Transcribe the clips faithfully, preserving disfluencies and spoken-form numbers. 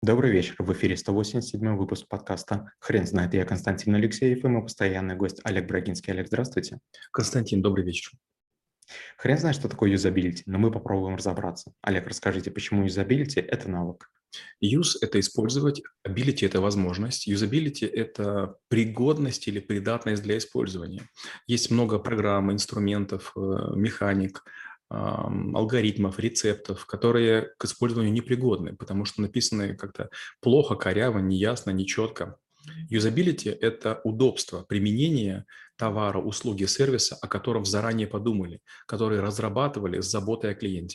Добрый вечер. В эфире сто восемьдесят седьмой выпуск подкаста «Хрен знает». Я Константин Алексеев и мой постоянный гость Олег Брагинский. Олег, здравствуйте. Константин, добрый вечер. Хрен знает, что такое юзабилити, но мы попробуем разобраться. Олег, расскажите, почему юзабилити – это навык? Use– это использовать, ability– это возможность, usability– это пригодность или придатность для использования. Есть много программ, инструментов, э, механик, ам, алгоритмов, рецептов, которые к использованию непригодны, потому что написаны как-то плохо, коряво, неясно, нечетко. Юзабилити– это удобство применения товара, услуги, сервиса, о котором заранее подумали, которые разрабатывали с заботой о клиенте.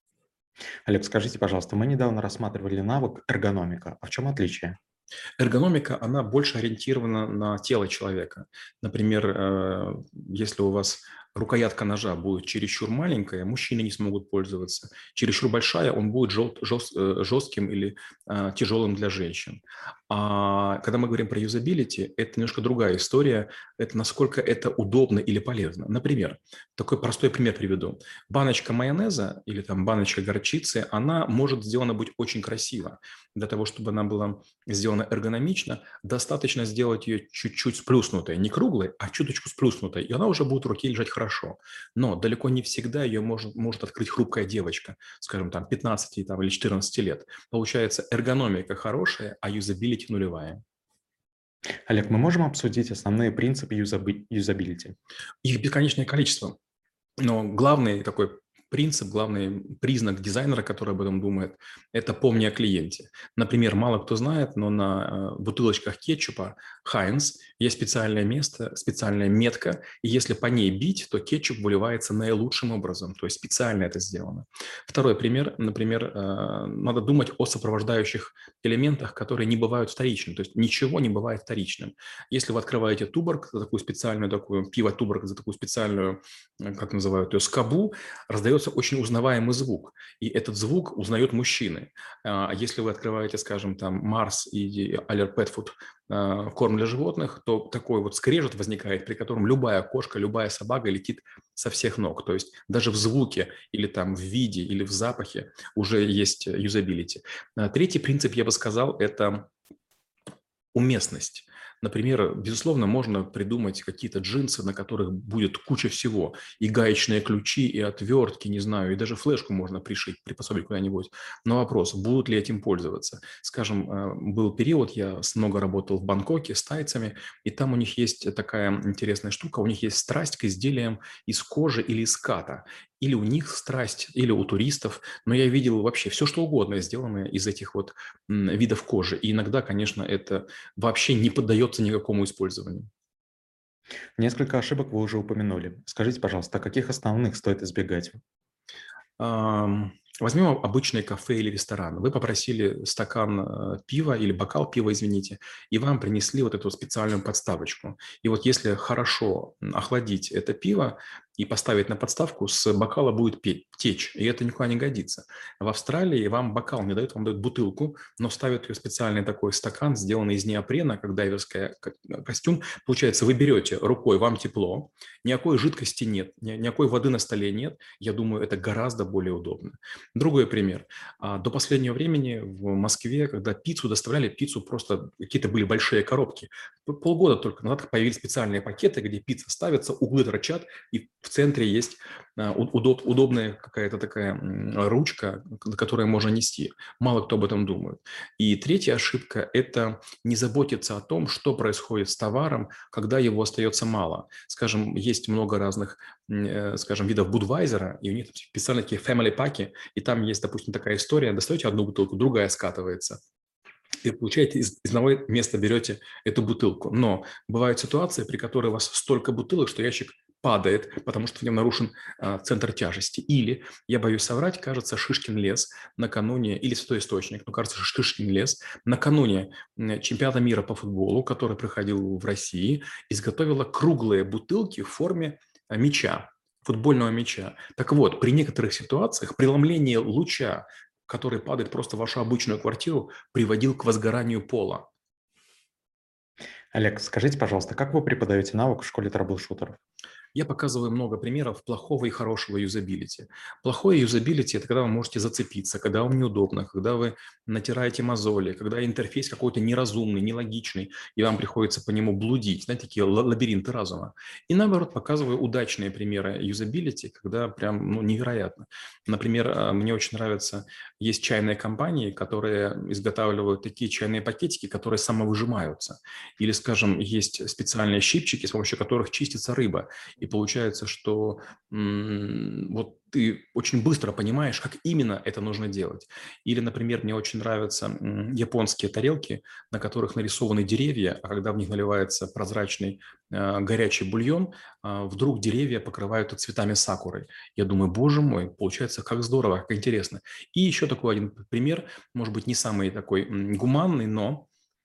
Олег, скажите, пожалуйста, мы недавно рассматривали навык эргономика. А в чем отличие? Эргономика, она больше ориентирована на тело человека. Например, э, если у вас рукоятка ножа будет чересчур маленькая, мужчины не смогут пользоваться. Чересчур большая, он будет жел- жест- э, жестким или э, тяжелым для женщин. А когда мы говорим про юзабилити, это немножко другая история. Это насколько это удобно или полезно. Например, такой простой пример приведу. Баночка майонеза или там баночка горчицы, она может сделана быть очень красиво. Для того, чтобы она была сделана эргономично, достаточно сделать ее чуть-чуть сплюснутой, не круглой, а чуточку сплюснутой, и она уже будет в руке лежать хорошо. Но далеко не всегда ее может, может открыть хрупкая девочка, скажем, там пятнадцати там, или четырнадцати лет. Получается, эргономика хорошая, а юзабилити нулевая. Олег, мы можем обсудить основные принципы юзаби- юзабилити? Их бесконечное количество. Но главный такой принцип, главный признак дизайнера, который об этом думает, это помни о клиенте. Например, мало кто знает, но на э, бутылочках кетчупа Heinz есть специальное место, специальная метка, и если по ней бить, то кетчуп выливается наилучшим образом, то есть специально это сделано. Второй пример, например, э, надо думать о сопровождающих элементах, которые не бывают вторичными, то есть ничего не бывает вторичным. Если вы открываете Туборг, за такую специальную такую, пиво Туборг за такую специальную, как называют ее, скобу, раздается очень узнаваемый звук. И этот звук узнают мужчины. А если вы открываете, скажем, там Марс и Aller Pet Food корм для животных, то такой вот скрежет возникает, при котором любая кошка, любая собака летит со всех ног. То есть даже в звуке или там в виде или в запахе уже есть юзабилити. Третий принцип, я бы сказал, это уместность. Например, безусловно, можно придумать какие-то джинсы, на которых будет куча всего. И гаечные ключи, и отвертки, не знаю, и даже флешку можно пришить, приспособить куда-нибудь. Но вопрос, будут ли этим пользоваться? Скажем, э, был период, я много работал в Бангкоке с тайцами, и там у них есть такая интересная штука, у них есть страсть к изделиям из кожи или из ката. Или у них страсть, или у туристов. Но я видел вообще все, что угодно сделанное из этих вот видов кожи. И иногда, конечно, это вообще не поддается никакому использованию. Несколько ошибок вы уже упомянули. Скажите, пожалуйста, а каких основных стоит избегать? Ам, Возьмем обычное кафе или ресторан. Вы попросили стакан э, пива или бокал пива, извините, и вам принесли вот эту специальную подставочку. И вот если хорошо м, охладить это пиво и поставить на подставку, с бокала будет пе- течь, и это никуда не годится. В Австралии вам бокал не дают, вам дают бутылку, но ставят ее в специальный такой стакан, сделанный из неопрена, как дайверский костюм. Получается, вы берете рукой, вам тепло, никакой жидкости нет, ни- никакой воды на столе нет. Я думаю, это гораздо более удобно. Другой пример. А, До последнего времени в Москве, когда пиццу доставляли, пиццу просто какие-то были большие коробки. П- Полгода только назад появились специальные пакеты, где пицца ставится, углы торчат, и в центре есть а, у- удоб- удобная какая-то такая м, ручка, к- которую можно нести. Мало кто об этом думает. И третья ошибка– это не заботиться о том, что происходит с товаром, когда его остается мало. Скажем, есть много разных, м, э, скажем, видов Будвайзера, и у них специально такие family паки, и там есть, допустим, такая история, достаете одну бутылку, другая скатывается, и получаете из, из одного места берете эту бутылку. Но бывают ситуации, при которой у вас столько бутылок, что ящик падает, потому что в нем нарушен а, центр тяжести. Или, я боюсь соврать, кажется, Шишкин лес накануне, или Святой Источник, но кажется, Шишкин лес накануне м, чемпионата мира по футболу, который проходил в России, изготовила круглые бутылки в форме а, мяча, футбольного мяча. Так вот, при некоторых ситуациях преломление луча, который падает просто в вашу обычную квартиру, приводил к возгоранию пола. Олег, скажите, пожалуйста, как вы преподаете навык в школе трэблшутеров? Я показываю много примеров плохого и хорошего юзабилити. Плохое юзабилити – это когда вы можете зацепиться, когда вам неудобно, когда вы натираете мозоли, когда интерфейс какой-то неразумный, нелогичный, и вам приходится по нему блудить, знаете, такие ла- лабиринты разума. И наоборот, показываю удачные примеры юзабилити, когда прям ну, невероятно. Например, а, мне очень нравится, есть чайные компании, которые изготавливают такие чайные пакетики, которые самовыжимаются. Или, скажем, есть специальные щипчики, с помощью которых чистится рыба. И получается, что м, вот ты очень быстро понимаешь, как именно это нужно делать. Или, например, мне очень нравятся м, японские тарелки, на которых нарисованы деревья, а когда в них наливается прозрачный э, горячий бульон, а, вдруг деревья покрывают цветами сакуры. Я думаю, боже мой, получается, как здорово, как интересно. И еще такой один пример, может быть, не самый такой м, гуманный, но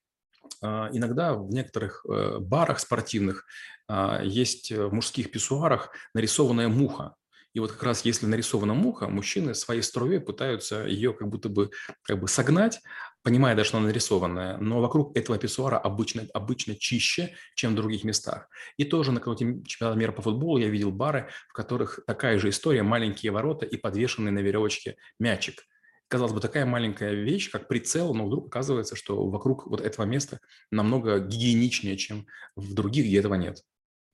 а, иногда в некоторых э, барах спортивных а, есть э, в мужских писсуарах нарисованная муха. И вот как раз если нарисована муха, мужчины своей струей пытаются ее как будто бы, как бы согнать, понимая даже, что она нарисованная, но вокруг этого писсуара обычно, обычно чище, чем в других местах. И тоже на каком-то чемпионате мира по футболу я видел бары, в которых такая же история, маленькие ворота и подвешенный на веревочке мячик. Казалось бы, такая маленькая вещь, как прицел, но вдруг оказывается, что вокруг вот этого места намного гигиеничнее, чем в других, где этого нет.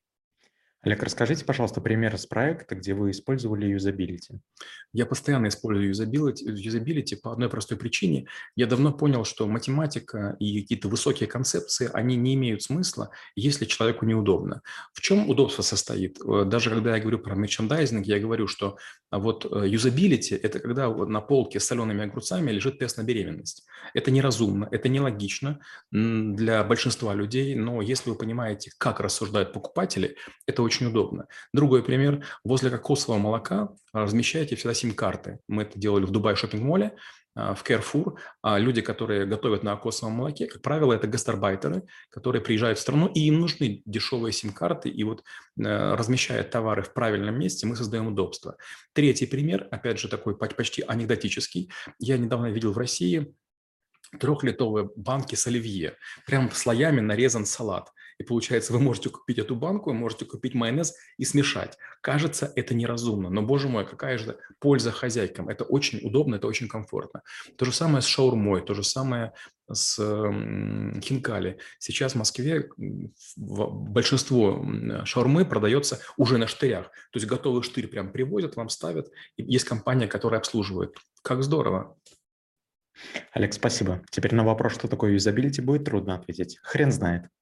Олег, расскажите, пожалуйста, пример из проекта, где вы использовали юзабилити. Я постоянно использую юзабилити, юзабилити по одной простой причине. Я давно понял, что математика и какие-то высокие концепции, они не имеют смысла, если человеку неудобно. В чем удобство состоит? Э, Даже когда я говорю про мерчендайзинг, я говорю, что а вот э, юзабилити – это когда вот на полке с солеными огурцами лежит тест на беременность. Это неразумно, это нелогично м, для большинства людей, но если вы понимаете, как рассуждают покупатели, это очень удобно. Другой пример. Возле кокосового молока размещайте всегда сим-карты. Мы это делали в Дубай шоппинг-молле, а, в Carrefour. А люди, которые готовят на кокосовом молоке, как правило, это гастарбайтеры, которые приезжают в страну, и им нужны дешевые сим-карты. И вот э, размещая товары в правильном месте, мы создаем удобство. Третий пример, опять же, такой почти анекдотический. Я недавно видел в России трехлитровые банки с оливье. Прям слоями нарезан салат. И получается, вы можете купить эту банку, вы можете купить майонез и смешать. Кажется, это неразумно, но, боже мой, какая же польза хозяйкам. Это очень удобно, это очень комфортно. То же самое с шаурмой, то же самое с м, хинкали. Сейчас в Москве м, в- большинство м, шаурмы продается уже на штырях. То есть готовый штырь прям привозят, вам ставят. И есть компания, которая обслуживает. Как здорово. Олег, спасибо. Теперь на вопрос, что такое юзабилити, будет трудно ответить. Хрен знает.